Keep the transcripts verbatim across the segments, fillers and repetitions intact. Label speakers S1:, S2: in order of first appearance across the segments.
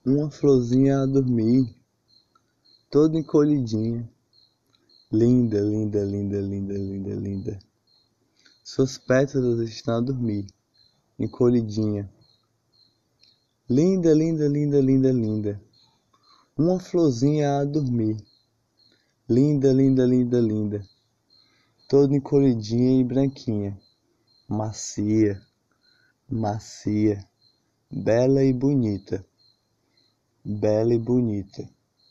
S1: uma florzinha a dormir, toda encolhidinha. Linda, linda, linda, linda, linda, linda. Suas pétalas estão a dormir, encolhidinha. Linda, linda, linda, linda, linda. Uma florzinha a dormir. Linda, linda, linda, linda. Toda encolhidinha e branquinha. Macia, macia. Bela e bonita. Bela e bonita.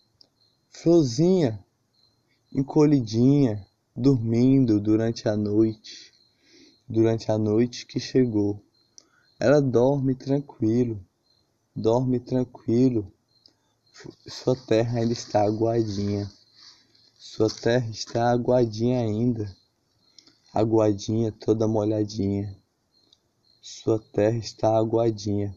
S1: Florzinha, encolhidinha, dormindo durante a noite. Durante a noite que chegou. Ela dorme tranquilo. Dorme tranquilo. Sua terra ainda está aguadinha. Sua terra está aguadinha ainda. Aguadinha, toda molhadinha. Sua terra está aguadinha.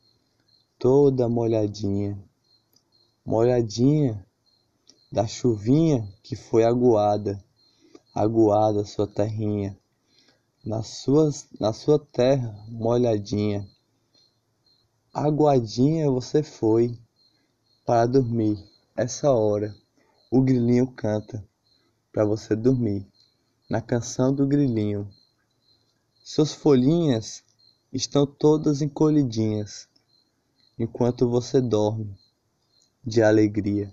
S1: Toda molhadinha. Molhadinha da chuvinha que foi aguada. Aguada sua terrinha. Na sua, na sua terra molhadinha. Aguadinha você foi para dormir. Essa hora o grilinho canta para você dormir. Na canção do grilinho. Suas folhinhas estão todas encolhidinhas, enquanto você dorme de alegria.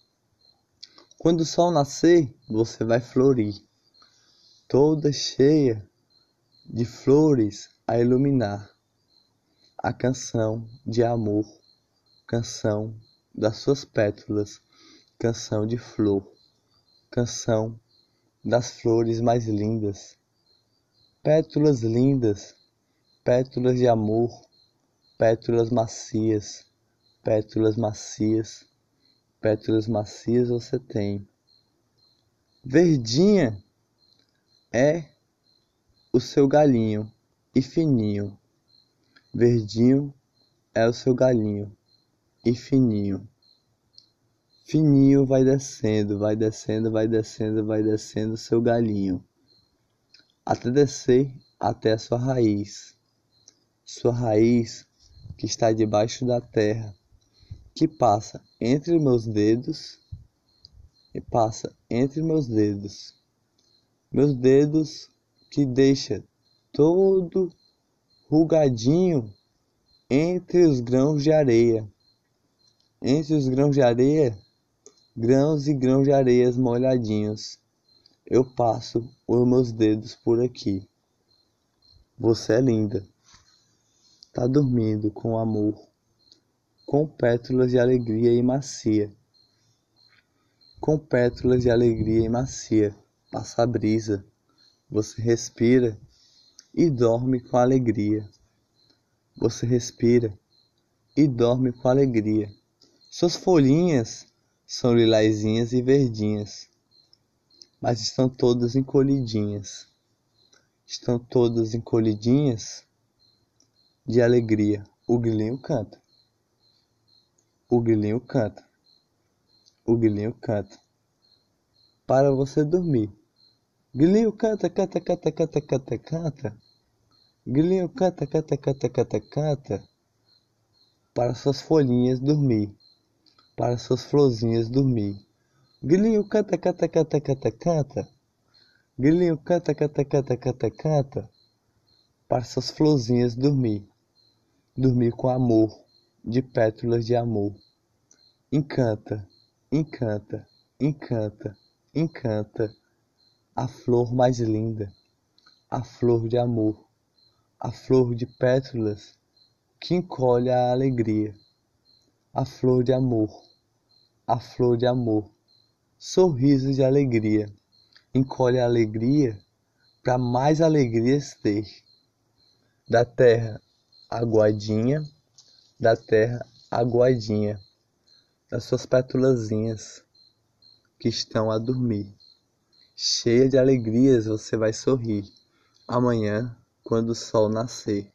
S1: Quando o sol nascer, você vai florir, toda cheia de flores a iluminar. A canção de amor, canção das suas pétalas, canção de flor, canção das flores mais lindas. Pétalas lindas, pétalas de amor, pétalas macias, pétalas macias, pétalas macias você tem. Verdinha é o seu galinho e fininho. Verdinho é o seu galinho e fininho. Fininho vai descendo, vai descendo, vai descendo, vai descendo o seu galinho. Até descer até a sua raiz. Sua raiz que está debaixo da terra, que passa entre meus dedos e passa entre meus dedos. Meus dedos que deixa todo rugadinho entre os grãos de areia. Entre os grãos de areia, grãos e grãos de areias molhadinhos. Eu passo os meus dedos por aqui. Você é linda. Tá dormindo com amor, com pétalas de alegria e macia. Com pétalas de alegria e macia. Passa a brisa. Você respira e dorme com alegria. Você respira e dorme com alegria. Suas folhinhas são lilazinhas e verdinhas, mas estão todas encolhidinhas. Estão todas encolhidinhas de alegria. O grilinho canta. O grilinho canta. O grilinho canta. Para você dormir. Grilinho canta, canta, canta, canta, canta, canta. Grilinho canta, canta, canta, canta, canta. Para suas folhinhas dormir. Para suas florzinhas dormir. Grilinho canta, canta, canta, canta, canta. Grilinho canta, canta, canta, canta, canta. Para suas florzinhas dormir. Dormir com amor, de pétalas de amor. Encanta, encanta, encanta, encanta. A flor mais linda, a flor de amor, a flor de pétalas que encolhe a alegria. A flor de amor, a flor de amor, sorriso de alegria. Encolhe a alegria para mais alegrias ter. Da terra aguadinha, da terra aguadinha, das suas pétalazinhas que estão a dormir. Cheia de alegrias você vai sorrir amanhã quando o sol nascer.